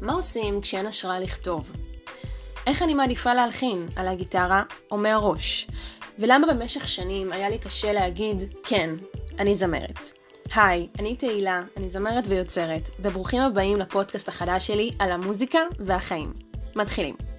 מה עושים כשאין השראה לכתוב? איך אני מעדיפה להלחין, על הגיטרה או מהראש? ולמה במשך שנים היה לי קשה להגיד, כן, אני זמרת. היי, אני תהילה, אני זמרת ויוצרת, וברוכים הבאים לפודקאסט החדש שלי על המוזיקה והחיים. מתחילים.